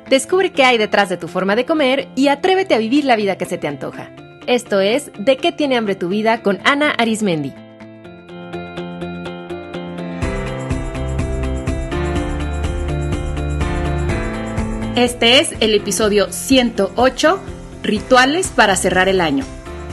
Descubre qué hay detrás de tu forma de comer y atrévete a vivir la vida que se te antoja. Esto es ¿De qué tiene hambre tu vida? Con Ana Arismendi. Este es el episodio 108, Rituales para cerrar el año.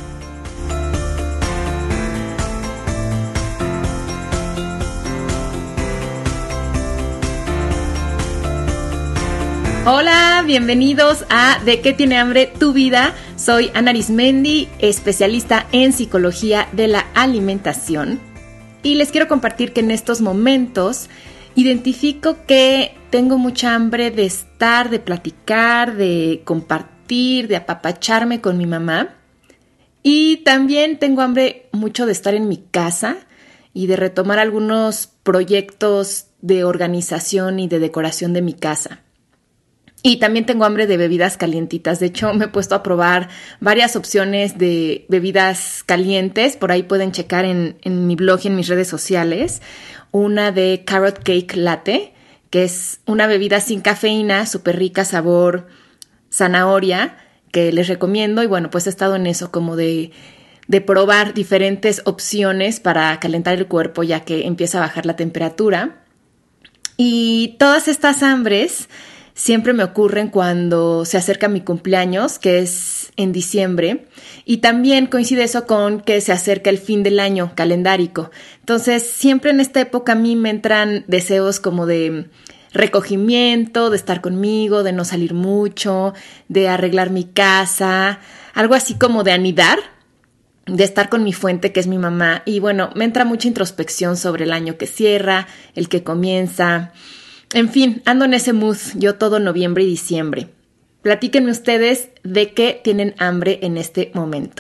Hola, bienvenidos a ¿De qué tiene hambre tu vida? Soy Ana Arismendi, especialista en psicología de la alimentación. Y les quiero compartir que en estos momentos identifico que tengo mucha hambre de estar, de platicar, de compartir, de apapacharme con mi mamá. Y también tengo hambre mucho de estar en mi casa y de retomar algunos proyectos de organización y de decoración de mi casa. Y también tengo hambre de bebidas calientitas. De hecho, me he puesto a probar varias opciones de bebidas calientes. Por ahí pueden checar en mi blog y en mis redes sociales. Una de Carrot Cake Latte, que es una bebida sin cafeína, súper rica, sabor zanahoria, que les recomiendo. Y bueno, pues he estado en eso como de probar diferentes opciones para calentar el cuerpo, ya que empieza a bajar la temperatura. Y todas estas hambres siempre me ocurren cuando se acerca mi cumpleaños, que es en diciembre, y también coincide eso con que se acerca el fin del año calendárico. Entonces, siempre en esta época a mí me entran deseos como de recogimiento, de estar conmigo, de no salir mucho, de arreglar mi casa, algo así como de anidar, de estar con mi fuente, que es mi mamá. Y bueno, me entra mucha introspección sobre el año que cierra, el que comienza. En fin, ando en ese mood yo todo noviembre y diciembre. Platíquenme ustedes de qué tienen hambre en este momento.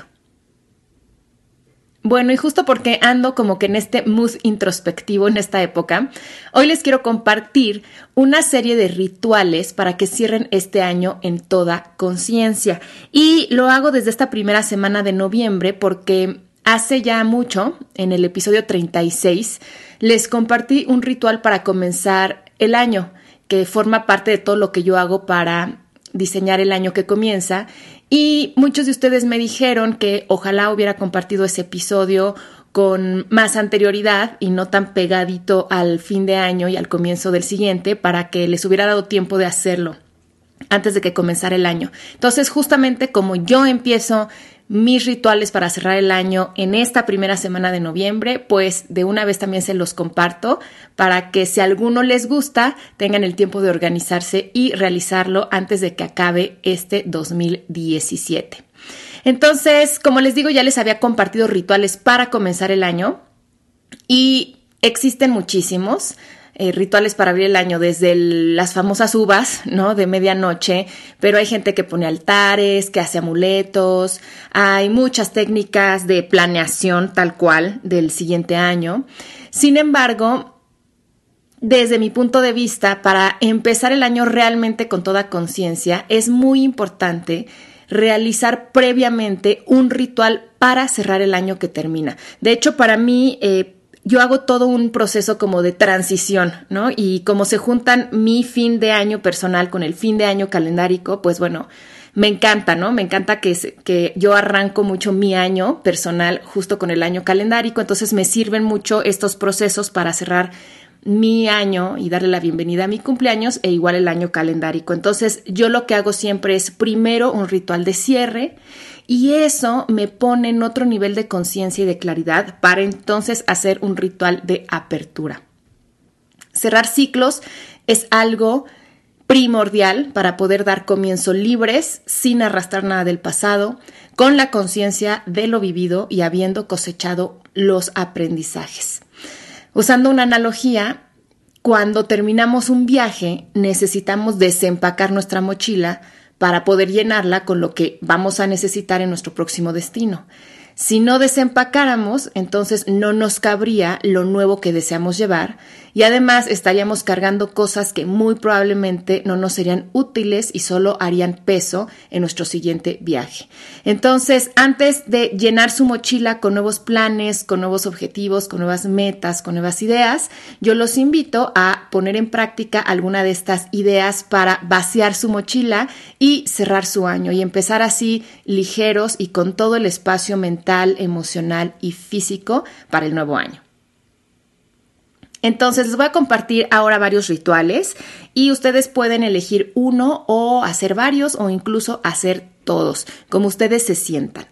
Bueno, y justo porque ando como que en este mood introspectivo en esta época, hoy les quiero compartir una serie de rituales para que cierren este año en toda conciencia. Y lo hago desde esta primera semana de noviembre porque hace ya mucho, en el episodio 36, les compartí un ritual para comenzar el año, que forma parte de todo lo que yo hago para diseñar el año que comienza. Y muchos de ustedes me dijeron que ojalá hubiera compartido ese episodio con más anterioridad y no tan pegadito al fin de año y al comienzo del siguiente, para que les hubiera dado tiempo de hacerlo antes de que comenzara el año. Entonces, justamente como yo empiezo mis rituales para cerrar el año en esta primera semana de noviembre, pues de una vez también se los comparto para que si a alguno les gusta, tengan el tiempo de organizarse y realizarlo antes de que acabe este 2017. Entonces, como les digo, ya les había compartido rituales para comenzar el año y existen muchísimos. Rituales para abrir el año, desde las famosas uvas, ¿no? De medianoche, pero hay gente que pone altares, que hace amuletos, hay muchas técnicas de planeación tal cual del siguiente año. Sin embargo, desde mi punto de vista, para empezar el año realmente con toda conciencia, es muy importante realizar previamente un ritual para cerrar el año que termina. De hecho, para mí, yo hago todo un proceso como de transición, ¿no? Y como se juntan mi fin de año personal con el fin de año calendárico, pues bueno, me encanta, ¿no? Me encanta que yo arranco mucho mi año personal justo con el año calendárico, entonces me sirven mucho estos procesos para cerrar mi año y darle la bienvenida a mi cumpleaños e igual el año calendárico. Entonces yo lo que hago siempre es primero un ritual de cierre, y eso me pone en otro nivel de conciencia y de claridad para entonces hacer un ritual de apertura. Cerrar ciclos es algo primordial para poder dar comienzo libres, sin arrastrar nada del pasado, con la conciencia de lo vivido y habiendo cosechado los aprendizajes. Usando una analogía, cuando terminamos un viaje, necesitamos desempacar nuestra mochila para poder llenarla con lo que vamos a necesitar en nuestro próximo destino. Si no desempacáramos, entonces no nos cabría lo nuevo que deseamos llevar y además estaríamos cargando cosas que muy probablemente no nos serían útiles y solo harían peso en nuestro siguiente viaje. Entonces, antes de llenar su mochila con nuevos planes, con nuevos objetivos, con nuevas metas, con nuevas ideas, yo los invito a poner en práctica alguna de estas ideas para vaciar su mochila y cerrar su año y empezar así ligeros y con todo el espacio mental, emocional y físico para el nuevo año. Entonces les voy a compartir ahora varios rituales y ustedes pueden elegir uno o hacer varios o incluso hacer todos, como ustedes se sientan.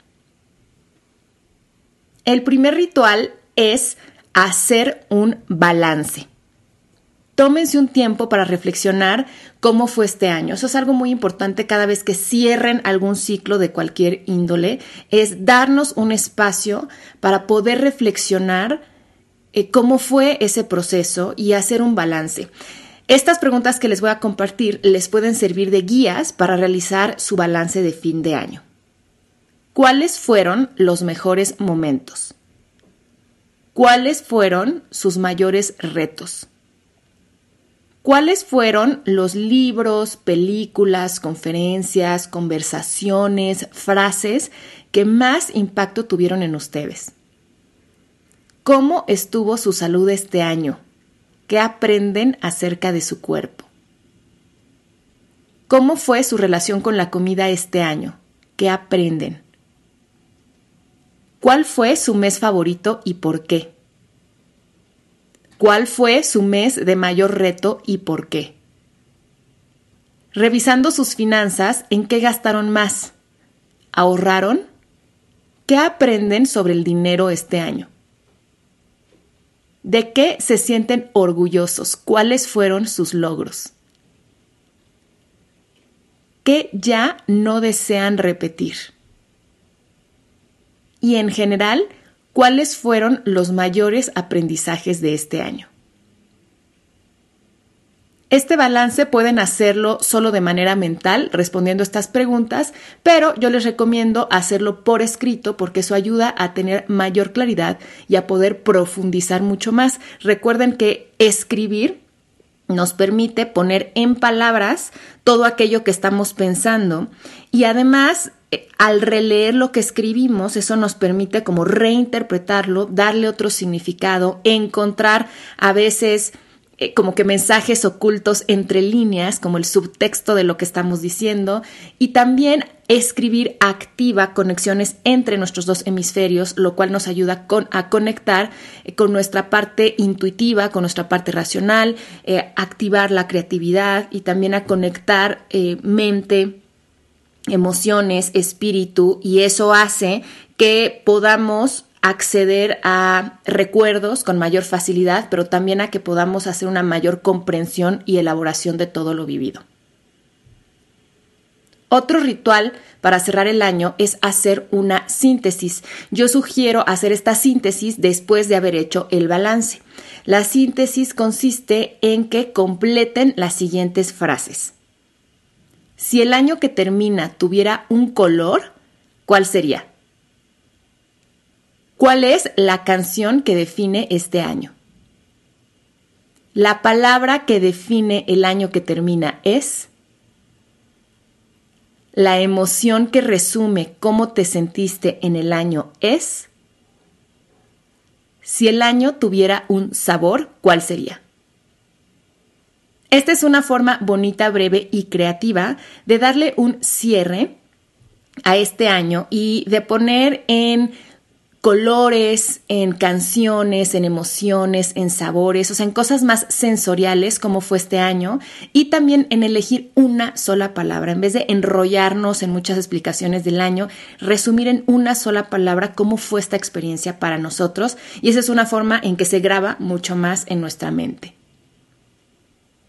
El primer ritual es hacer un balance. Tómense un tiempo para reflexionar cómo fue este año. Eso es algo muy importante cada vez que cierren algún ciclo de cualquier índole, es darnos un espacio para poder reflexionar cómo fue ese proceso y hacer un balance. Estas preguntas que les voy a compartir les pueden servir de guías para realizar su balance de fin de año. ¿Cuáles fueron los mejores momentos? ¿Cuáles fueron sus mayores retos? ¿Cuáles fueron los libros, películas, conferencias, conversaciones, frases que más impacto tuvieron en ustedes? ¿Cómo estuvo su salud este año? ¿Qué aprenden acerca de su cuerpo? ¿Cómo fue su relación con la comida este año? ¿Qué aprenden? ¿Cuál fue su mes favorito y por qué? ¿Cuál fue su mes de mayor reto y por qué? Revisando sus finanzas, ¿en qué gastaron más? ¿Ahorraron? ¿Qué aprenden sobre el dinero este año? ¿De qué se sienten orgullosos? ¿Cuáles fueron sus logros? ¿Qué ya no desean repetir? Y en general, ¿cuáles fueron los mayores aprendizajes de este año? Este balance pueden hacerlo solo de manera mental, respondiendo estas preguntas, pero yo les recomiendo hacerlo por escrito porque eso ayuda a tener mayor claridad y a poder profundizar mucho más. Recuerden que escribir nos permite poner en palabras todo aquello que estamos pensando y además al releer lo que escribimos, eso nos permite como reinterpretarlo, darle otro significado, encontrar a veces como que mensajes ocultos entre líneas, como el subtexto de lo que estamos diciendo, y también escribir activa conexiones entre nuestros dos hemisferios, lo cual nos ayuda a conectar con nuestra parte intuitiva, con nuestra parte racional, activar la creatividad y también a conectar mente, emociones, espíritu, y eso hace que podamos acceder a recuerdos con mayor facilidad, pero también a que podamos hacer una mayor comprensión y elaboración de todo lo vivido. Otro ritual para cerrar el año es hacer una síntesis. Yo sugiero hacer esta síntesis después de haber hecho el balance. La síntesis consiste en que completen las siguientes frases. Si el año que termina tuviera un color, ¿cuál sería? ¿Cuál es la canción que define este año? La palabra que define el año que termina es. La emoción que resume cómo te sentiste en el año es. Si el año tuviera un sabor, ¿cuál sería? Esta es una forma bonita, breve y creativa de darle un cierre a este año y de poner en colores, en canciones, en emociones, en sabores, o sea, en cosas más sensoriales como fue este año y también en elegir una sola palabra. En vez de enrollarnos en muchas explicaciones del año, resumir en una sola palabra cómo fue esta experiencia para nosotros y esa es una forma en que se graba mucho más en nuestra mente.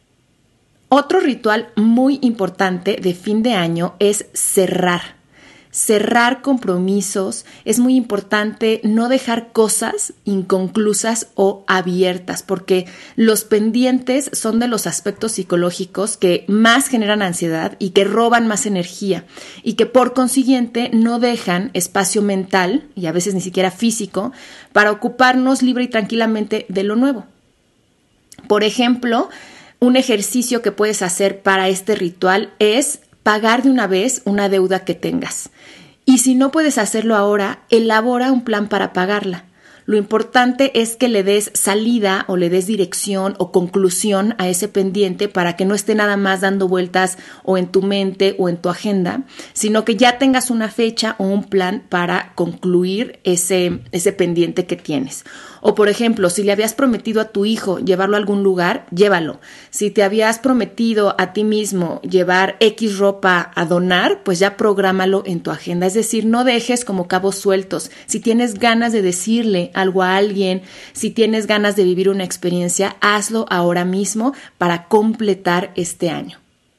Otro ritual muy importante de fin de año es cerrar. cerrar compromisos, es muy importante no dejar cosas inconclusas o abiertas, porque los pendientes son de los aspectos psicológicos que más generan ansiedad y que roban más energía y que por consiguiente no dejan espacio mental y a veces ni siquiera físico para ocuparnos libre y tranquilamente de lo nuevo. Por ejemplo, un ejercicio que puedes hacer para este ritual es pagar de una vez una deuda que tengas. Y si no puedes hacerlo ahora, elabora un plan para pagarla. Lo importante es que le des salida o le des dirección o conclusión a ese pendiente para que no esté nada más dando vueltas o en tu mente o en tu agenda, sino que ya tengas una fecha o un plan para concluir ese pendiente que tienes. O por ejemplo, si le habías prometido a tu hijo llevarlo a algún lugar, llévalo. Si te habías prometido a ti mismo llevar X ropa a donar, pues ya prográmalo en tu agenda. Es decir, no dejes como cabos sueltos. Si tienes ganas de decirle algo a alguien, si tienes ganas de vivir una experiencia, hazlo ahora mismo para completar este año.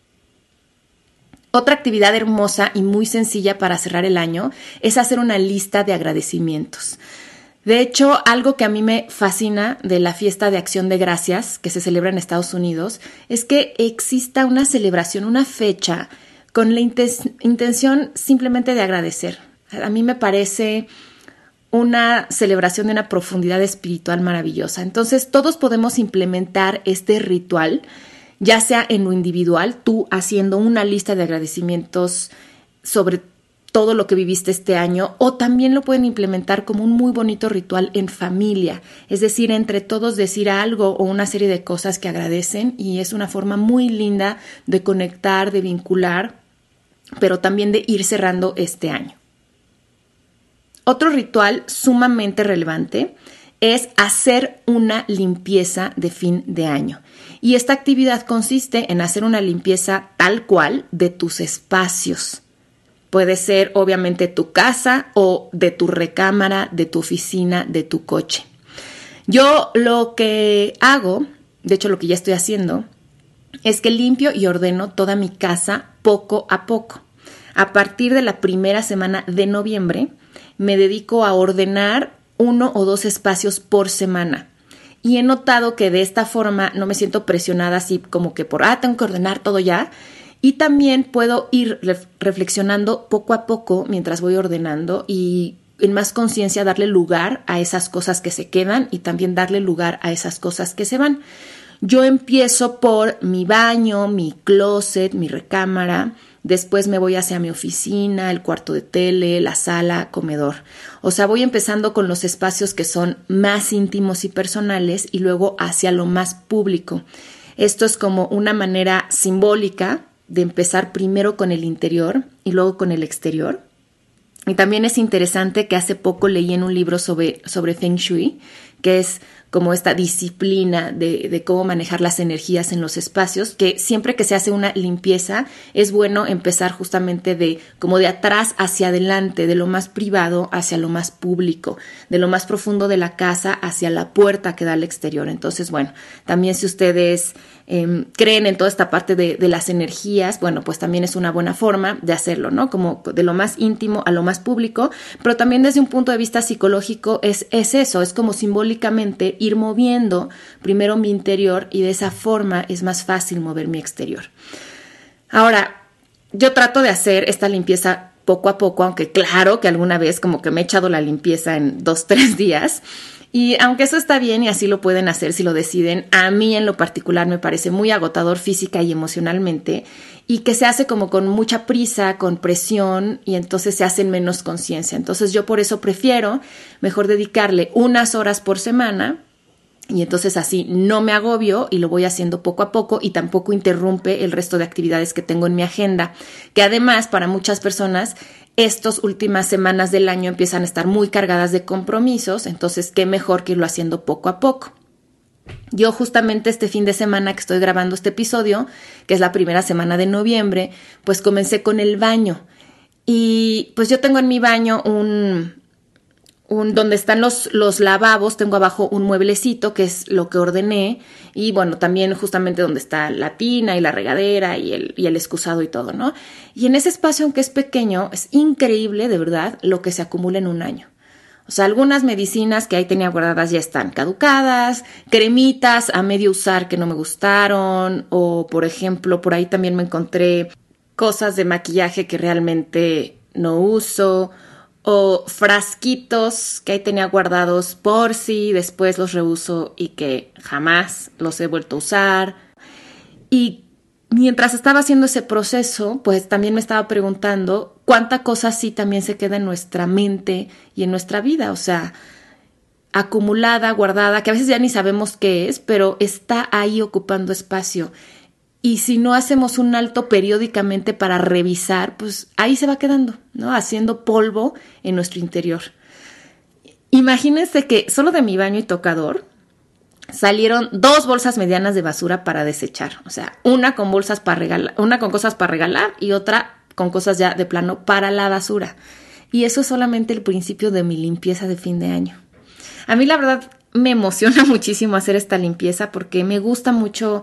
Otra actividad hermosa y muy sencilla para cerrar el año es hacer una lista de agradecimientos. De hecho, algo que a mí me fascina de la fiesta de Acción de Gracias que se celebra en Estados Unidos es que exista una celebración, una fecha con la intención simplemente de agradecer. A mí me parece una celebración de una profundidad espiritual maravillosa. Entonces, todos podemos implementar este ritual, ya sea en lo individual, tú haciendo una lista de agradecimientos sobre todo lo que viviste este año, o también lo pueden implementar como un muy bonito ritual en familia, es decir, entre todos decir algo o una serie de cosas que agradecen, y es una forma muy linda de conectar, de vincular, pero también de ir cerrando este año. Otro ritual sumamente relevante es hacer una limpieza de fin de año. Y esta actividad consiste en hacer una limpieza tal cual de tus espacios. Puede ser obviamente tu casa o de tu recámara, de tu oficina, de tu coche. Yo lo que hago, de hecho lo que ya estoy haciendo, es que limpio y ordeno toda mi casa poco a poco. A partir de la primera semana de noviembre, me dedico a ordenar 1 o 2 espacios por semana. Y he notado que de esta forma no me siento presionada así como que tengo que ordenar todo ya. Y también puedo ir reflexionando poco a poco mientras voy ordenando y en más conciencia darle lugar a esas cosas que se quedan y también darle lugar a esas cosas que se van. Yo empiezo por mi baño, mi closet, mi recámara, después me voy hacia mi oficina, el cuarto de tele, la sala, comedor. O sea, voy empezando con los espacios que son más íntimos y personales y luego hacia lo más público. Esto es como una manera simbólica de empezar primero con el interior y luego con el exterior. Y también es interesante que hace poco leí en un libro sobre Feng Shui, que es como esta disciplina de cómo manejar las energías en los espacios, que siempre que se hace una limpieza es bueno empezar justamente como de atrás hacia adelante, de lo más privado hacia lo más público, de lo más profundo de la casa hacia la puerta que da al exterior. Entonces, bueno, también si ustedes creen en toda esta parte de las energías, bueno, pues también es una buena forma de hacerlo, ¿no? Como de lo más íntimo a lo más público, pero también desde un punto de vista psicológico es eso, es como simbólicamente ir moviendo primero mi interior y de esa forma es más fácil mover mi exterior. Ahora, yo trato de hacer esta limpieza poco a poco, aunque claro que alguna vez como que me he echado la limpieza en 2-3 días. Y aunque eso está bien y así lo pueden hacer si lo deciden, a mí en lo particular me parece muy agotador física y emocionalmente y que se hace como con mucha prisa, con presión y entonces se hace en menos conciencia. Entonces yo por eso prefiero mejor dedicarle unas horas por semana y entonces así no me agobio y lo voy haciendo poco a poco y tampoco interrumpe el resto de actividades que tengo en mi agenda, que además para muchas personas estas últimas semanas del año empiezan a estar muy cargadas de compromisos, entonces qué mejor que irlo haciendo poco a poco. Yo justamente este fin de semana que estoy grabando este episodio, que es la primera semana de noviembre, pues comencé con el baño y pues yo tengo en mi baño donde están los lavabos, tengo abajo un mueblecito que es lo que ordené y bueno, también justamente donde está la tina y la regadera y el excusado y todo, ¿no? Y en ese espacio, aunque es pequeño, es increíble de verdad lo que se acumula en un año. O sea, algunas medicinas que ahí tenía guardadas ya están caducadas, cremitas a medio usar que no me gustaron, o por ejemplo, por ahí también me encontré cosas de maquillaje que realmente no uso, o frasquitos que ahí tenía guardados por si después los reuso y que jamás los he vuelto a usar. Y mientras estaba haciendo ese proceso, pues también me estaba preguntando cuánta cosa sí también se queda en nuestra mente y en nuestra vida, o sea, acumulada, guardada, que a veces ya ni sabemos qué es, pero está ahí ocupando espacio. Y si no hacemos un alto periódicamente para revisar, pues ahí se va quedando, ¿no? Haciendo polvo en nuestro interior. Imagínense que solo de mi baño y tocador salieron 2 bolsas medianas de basura para desechar. O sea, una con bolsas para regalar, una con cosas para regalar y otra con cosas ya de plano para la basura. Y eso es solamente el principio de mi limpieza de fin de año. A mí la verdad me emociona muchísimo hacer esta limpieza porque me gusta mucho.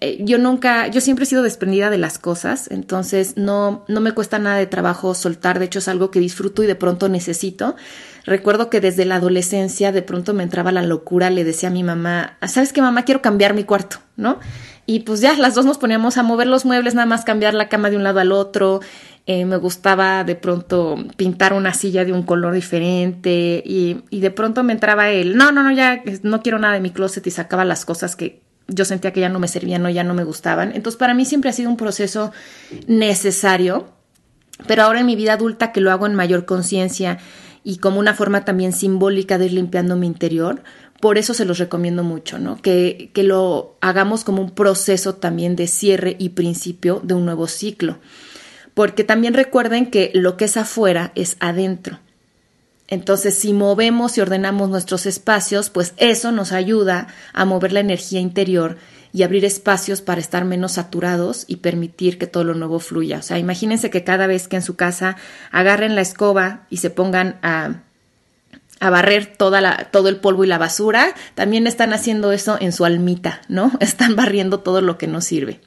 Yo siempre he sido desprendida de las cosas, entonces no me cuesta nada de trabajo soltar, de hecho es algo que disfruto y de pronto necesito. Recuerdo que desde la adolescencia de pronto me entraba la locura, le decía a mi mamá, ¿sabes qué, mamá? Quiero cambiar mi cuarto, ¿no? Y pues ya las dos nos poníamos a mover los muebles, nada más cambiar la cama de un lado al otro. Me gustaba de pronto pintar una silla de un color diferente y de pronto me entraba no, ya no quiero nada de mi closet y sacaba las cosas que yo sentía que ya no me servían o ya no me gustaban. Entonces, para mí siempre ha sido un proceso necesario, pero ahora en mi vida adulta que lo hago en mayor conciencia y como una forma también simbólica de ir limpiando mi interior, por eso se los recomiendo mucho, ¿no? Que lo hagamos como un proceso también de cierre y principio de un nuevo ciclo. Porque también recuerden que lo que es afuera es adentro. Entonces, si movemos y ordenamos nuestros espacios, pues eso nos ayuda a mover la energía interior y abrir espacios para estar menos saturados y permitir que todo lo nuevo fluya. O sea, imagínense que cada vez que en su casa agarren la escoba y se pongan a barrer todo el polvo y la basura, también están haciendo eso en su almita, ¿no? Están barriendo todo lo que no sirve.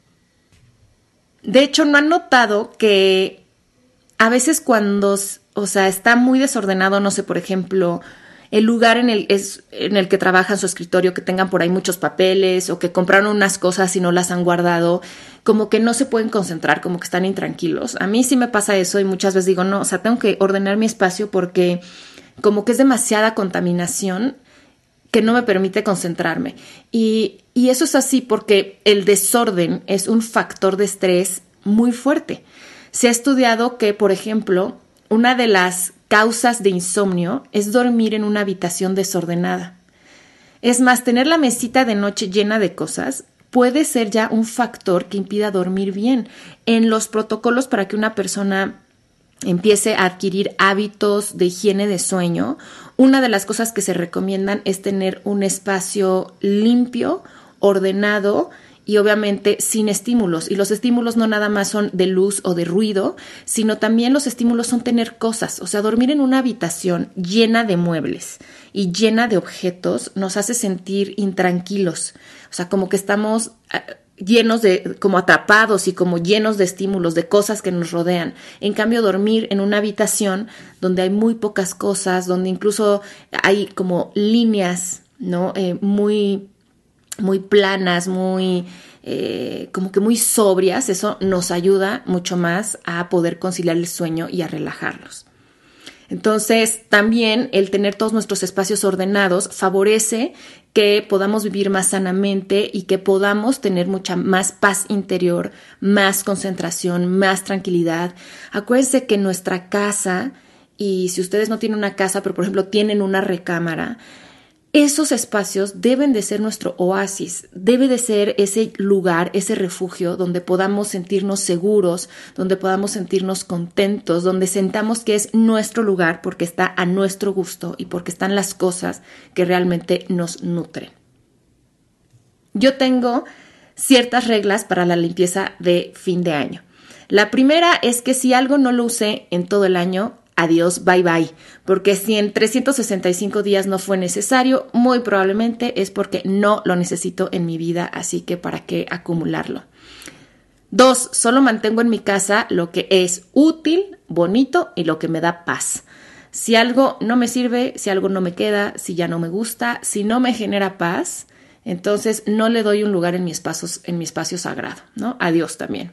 De hecho, ¿no han notado que a veces cuando, o sea, está muy desordenado, no sé, por ejemplo, el lugar en el que trabajan su escritorio, que tengan por ahí muchos papeles o que compraron unas cosas y no las han guardado, como que no se pueden concentrar, como que están intranquilos? A mí sí me pasa eso y muchas veces digo, no, o sea, tengo que ordenar mi espacio porque como que es demasiada contaminación que no me permite concentrarme. Y eso es así porque el desorden es un factor de estrés muy fuerte. Se ha estudiado que, por ejemplo, una de las causas de insomnio es dormir en una habitación desordenada. Es más, tener la mesita de noche llena de cosas puede ser ya un factor que impida dormir bien. En los protocolos para que una persona empiece a adquirir hábitos de higiene de sueño, una de las cosas que se recomiendan es tener un espacio limpio, ordenado y obviamente sin estímulos. Y los estímulos no nada más son de luz o de ruido, sino también los estímulos son tener cosas. O sea, dormir en una habitación llena de muebles y llena de objetos nos hace sentir intranquilos. O sea, como que estamos llenos de, como atrapados y como llenos de estímulos, de cosas que nos rodean. En cambio, dormir en una habitación donde hay muy pocas cosas, donde incluso hay como líneas, ¿no? Muy planas, como que muy sobrias, eso nos ayuda mucho más a poder conciliar el sueño y a relajarlos. Entonces, también el tener todos nuestros espacios ordenados favorece que podamos vivir más sanamente y que podamos tener mucha más paz interior, más concentración, más tranquilidad. Acuérdense que nuestra casa, y si ustedes no tienen una casa, pero por ejemplo tienen una recámara, esos espacios deben de ser nuestro oasis, debe de ser ese lugar, ese refugio donde podamos sentirnos seguros, donde podamos sentirnos contentos, donde sentamos que es nuestro lugar porque está a nuestro gusto y porque están las cosas que realmente nos nutren. Yo tengo ciertas reglas para la limpieza de fin de año. La primera es que si algo no lo usé en todo el año, adiós, bye bye. Porque si en 365 días no fue necesario, muy probablemente es porque no lo necesito en mi vida, así que ¿para qué acumularlo? 2, solo mantengo en mi casa lo que es útil, bonito y lo que me da paz. Si algo no me sirve, si algo no me queda, si ya no me gusta, si no me genera paz, entonces no le doy un lugar en mi espacio sagrado, ¿no? A Dios también.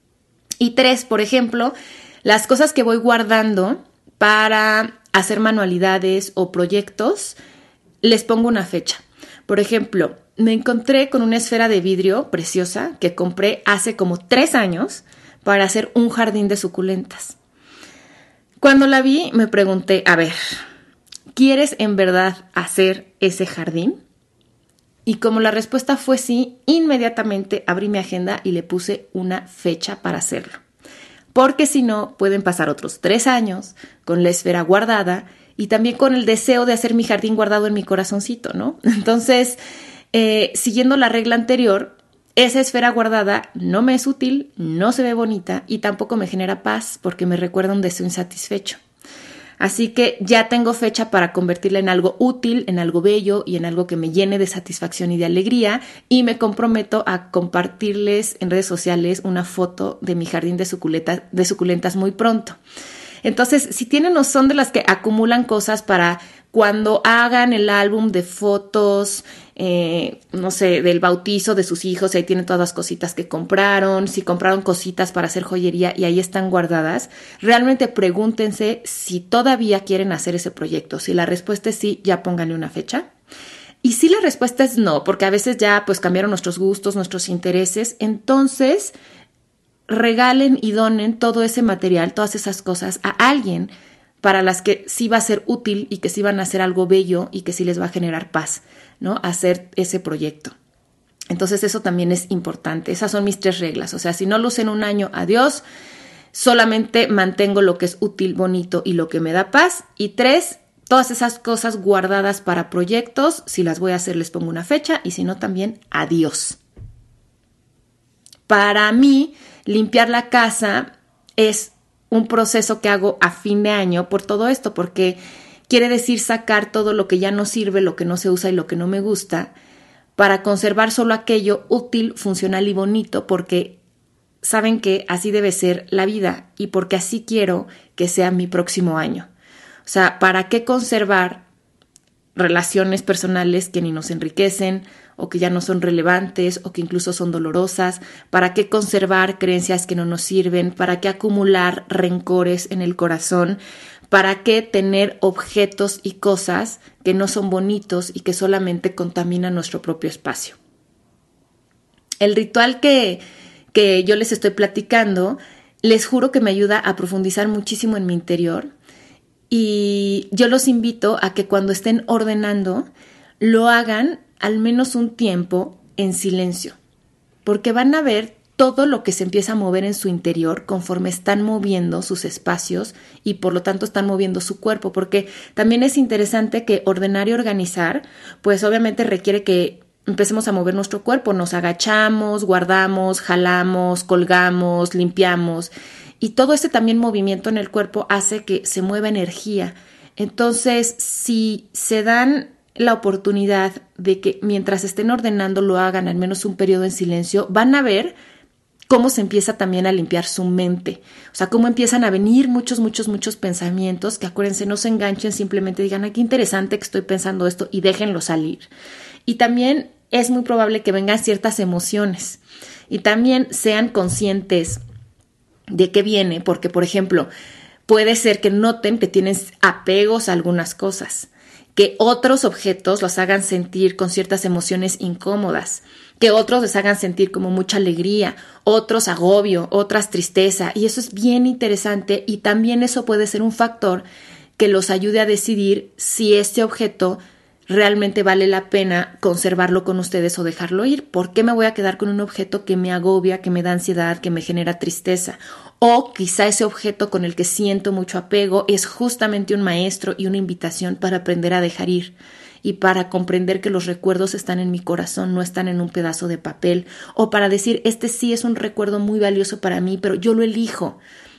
Y 3, por ejemplo, las cosas que voy guardando para hacer manualidades o proyectos, les pongo una fecha. Por ejemplo, me encontré con una esfera de vidrio preciosa que compré hace como 3 años para hacer un jardín de suculentas. Cuando la vi, me pregunté, a ver, ¿quieres en verdad hacer ese jardín? Y como la respuesta fue sí, inmediatamente abrí mi agenda y le puse una fecha para hacerlo. Porque si no, pueden pasar otros 3 años con la esfera guardada y también con el deseo de hacer mi jardín guardado en mi corazoncito, ¿no? Entonces, siguiendo la regla anterior, esa esfera guardada no me es útil, no se ve bonita y tampoco me genera paz porque me recuerda un deseo insatisfecho. Así que ya tengo fecha para convertirla en algo útil, en algo bello y en algo que me llene de satisfacción y de alegría, y me comprometo a compartirles en redes sociales una foto de mi jardín de suculentas muy pronto. Entonces, si tienen o son de las que acumulan cosas para cuando hagan el álbum de fotos, no sé, del bautizo de sus hijos, y ahí tienen todas las cositas que compraron, si compraron cositas para hacer joyería y ahí están guardadas, realmente pregúntense si todavía quieren hacer ese proyecto. Si la respuesta es sí, ya pónganle una fecha. Y si la respuesta es no, porque a veces ya pues cambiaron nuestros gustos, nuestros intereses, entonces regalen y donen todo ese material, todas esas cosas a alguien para las que sí va a ser útil y que sí van a hacer algo bello y que sí les va a generar paz, ¿no? Hacer ese proyecto. Entonces eso también es importante. Esas son mis 3 reglas. O sea, si no lo usé en un año, adiós. Solamente mantengo lo que es útil, bonito y lo que me da paz. Y 3, todas esas cosas guardadas para proyectos, si las voy a hacer les pongo una fecha y si no también, adiós. Para mí, limpiar la casa es un proceso que hago a fin de año por todo esto, porque quiere decir sacar todo lo que ya no sirve, lo que no se usa y lo que no me gusta, para conservar solo aquello útil, funcional y bonito, porque saben que así debe ser la vida y porque así quiero que sea mi próximo año. O sea, ¿para qué conservar relaciones personales que ni nos enriquecen o que ya no son relevantes o que incluso son dolorosas? ¿Para qué conservar creencias que no nos sirven? ¿Para qué acumular rencores en el corazón? ¿Para qué tener objetos y cosas que no son bonitos y que solamente contaminan nuestro propio espacio? El ritual que yo les estoy platicando, les juro que me ayuda a profundizar muchísimo en mi interior. Y yo los invito a que cuando estén ordenando, lo hagan al menos un tiempo en silencio, porque van a ver todo lo que se empieza a mover en su interior conforme están moviendo sus espacios y por lo tanto están moviendo su cuerpo, porque también es interesante que ordenar y organizar, pues obviamente requiere que empecemos a mover nuestro cuerpo, nos agachamos, guardamos, jalamos, colgamos, limpiamos. Y todo ese también movimiento en el cuerpo hace que se mueva energía. Entonces, si se dan la oportunidad de que mientras estén ordenando lo hagan al menos un periodo en silencio, van a ver cómo se empieza también a limpiar su mente. O sea, cómo empiezan a venir muchos pensamientos que, acuérdense, no se enganchen, simplemente digan, ay, qué interesante que estoy pensando esto y déjenlo salir. Y también es muy probable que vengan ciertas emociones y también sean conscientes de qué viene, porque, por ejemplo, puede ser que noten que tienen apegos a algunas cosas, que otros objetos los hagan sentir con ciertas emociones incómodas, que otros les hagan sentir como mucha alegría, otros agobio, otras tristeza, y eso es bien interesante y también eso puede ser un factor que los ayude a decidir si este objeto realmente vale la pena conservarlo con ustedes o dejarlo ir. ¿Por qué me voy a quedar con un objeto que me agobia, que me da ansiedad, que me genera tristeza? O quizá ese objeto con el que siento mucho apego es justamente un maestro y una invitación para aprender a dejar ir y para comprender que los recuerdos están en mi corazón, no están en un pedazo de papel, o para decir, este sí es un recuerdo muy valioso para mí, pero yo lo elijo.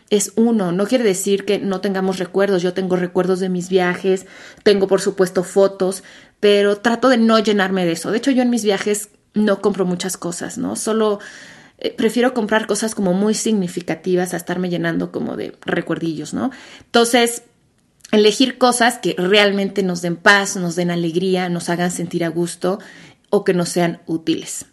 es uno. No quiere decir que no tengamos recuerdos. Yo tengo recuerdos de mis viajes, tengo por supuesto fotos, pero trato de no llenarme de eso. De hecho, yo en mis viajes no compro muchas cosas, ¿no? Solo prefiero comprar cosas como muy significativas a estarme llenando como de recuerdillos, ¿no? Entonces, elegir cosas que realmente nos den paz, nos den alegría, nos hagan sentir a gusto o que nos sean útiles.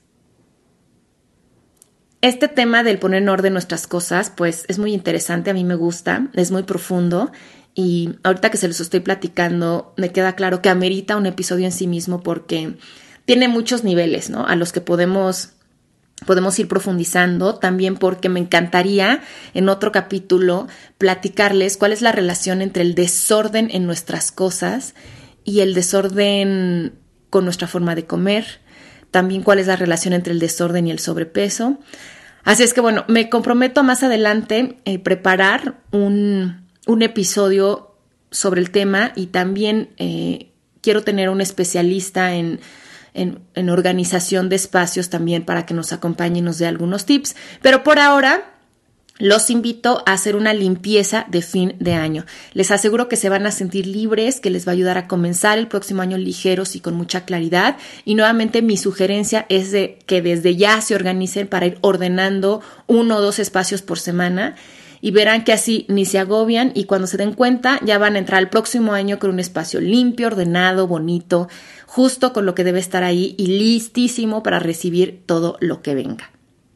Este tema del poner en orden nuestras cosas, pues es muy interesante, a mí me gusta, es muy profundo y ahorita que se los estoy platicando me queda claro que amerita un episodio en sí mismo porque tiene muchos niveles, ¿no? A los que podemos ir profundizando, también porque me encantaría en otro capítulo platicarles cuál es la relación entre el desorden en nuestras cosas y el desorden con nuestra forma de comer, también cuál es la relación entre el desorden y el sobrepeso. Así es que bueno, me comprometo más adelante preparar un episodio sobre el tema y también quiero tener un especialista en organización de espacios también para que nos acompañe y nos dé algunos tips. Pero por ahora los invito a hacer una limpieza de fin de año. Les aseguro que se van a sentir libres, que les va a ayudar a comenzar el próximo año ligeros y con mucha claridad. Y nuevamente mi sugerencia es de que desde ya se organicen para ir ordenando 1 o 2 espacios por semana. Y verán que así ni se agobian y cuando se den cuenta ya van a entrar al próximo año con un espacio limpio, ordenado, bonito, justo con lo que debe estar ahí y listísimo para recibir todo lo que venga.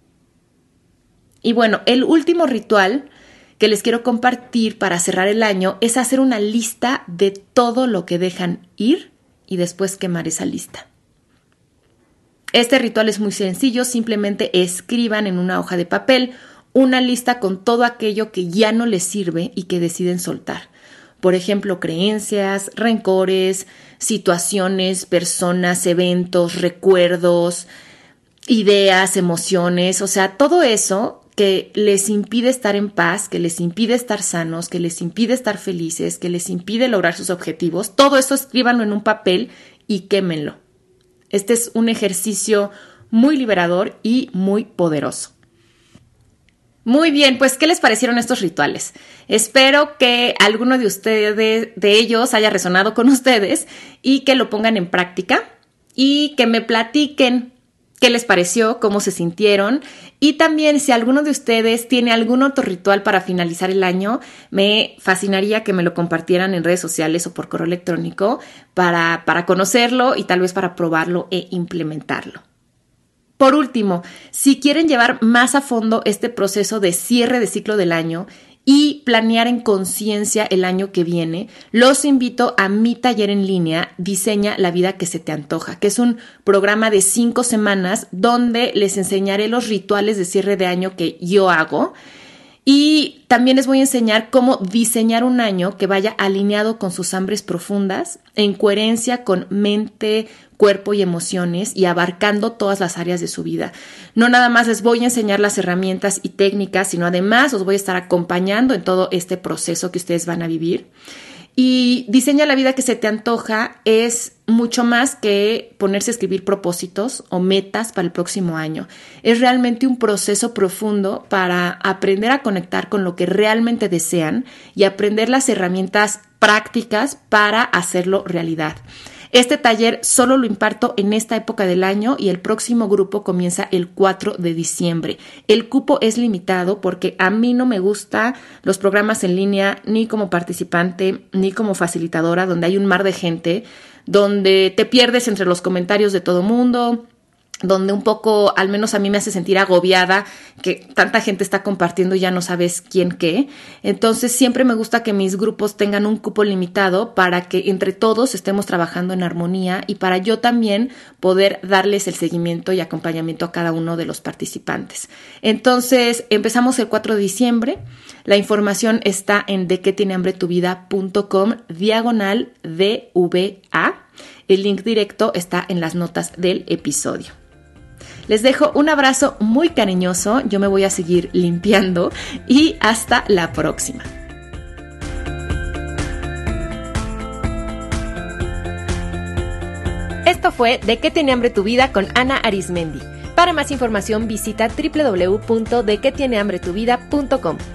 Y bueno, el último ritual que les quiero compartir para cerrar el año es hacer una lista de todo lo que dejan ir y después quemar esa lista. Este ritual es muy sencillo, simplemente escriban en una hoja de papel una lista con todo aquello que ya no les sirve y que deciden soltar. Por ejemplo, creencias, rencores, situaciones, personas, eventos, recuerdos, ideas, emociones, o sea, todo eso que les impide estar en paz, que les impide estar sanos, que les impide estar felices, que les impide lograr sus objetivos, todo eso escríbanlo en un papel y quémenlo. Este es un ejercicio muy liberador y muy poderoso. Muy bien, pues, ¿qué les parecieron estos rituales? Espero que alguno de ustedes, de ellos, haya resonado con ustedes y que lo pongan en práctica y que me platiquen qué les pareció, cómo se sintieron y también si alguno de ustedes tiene algún otro ritual para finalizar el año, me fascinaría que me lo compartieran en redes sociales o por correo electrónico para conocerlo y tal vez para probarlo e implementarlo. Por último, si quieren llevar más a fondo este proceso de cierre de ciclo del año y planear en conciencia el año que viene, los invito a mi taller en línea Diseña la vida que se te antoja, que es un programa de 5 semanas donde les enseñaré los rituales de cierre de año que yo hago y también les voy a enseñar cómo diseñar un año que vaya alineado con sus hambres profundas, en coherencia con mente, cuerpo y emociones y abarcando todas las áreas de su vida. No nada más les voy a enseñar las herramientas y técnicas, sino además os voy a estar acompañando en todo este proceso que ustedes van a vivir. Y Diseña la vida que se te antoja es mucho más que ponerse a escribir propósitos o metas para el próximo año. Es realmente un proceso profundo para aprender a conectar con lo que realmente desean y aprender las herramientas prácticas para hacerlo realidad. Este taller solo lo imparto en esta época del año y el próximo grupo comienza el 4 de diciembre. El cupo es limitado porque a mí no me gustan los programas en línea ni como participante ni como facilitadora donde hay un mar de gente, donde te pierdes entre los comentarios de todo mundo, donde un poco, al menos a mí me hace sentir agobiada, que tanta gente está compartiendo y ya no sabes quién qué. Entonces siempre me gusta que mis grupos tengan un cupo limitado para que entre todos estemos trabajando en armonía y para yo también poder darles el seguimiento y acompañamiento a cada uno de los participantes. Entonces empezamos el 4 de diciembre. La información está en dequetienehambretuvida.com/DVA. El link directo está en las notas del episodio. Les dejo un abrazo muy cariñoso, yo me voy a seguir limpiando y hasta la próxima. Esto fue ¿De qué tiene hambre tu vida? Con Ana Arismendi. Para más información visita www.dequetienehambretuvida.com.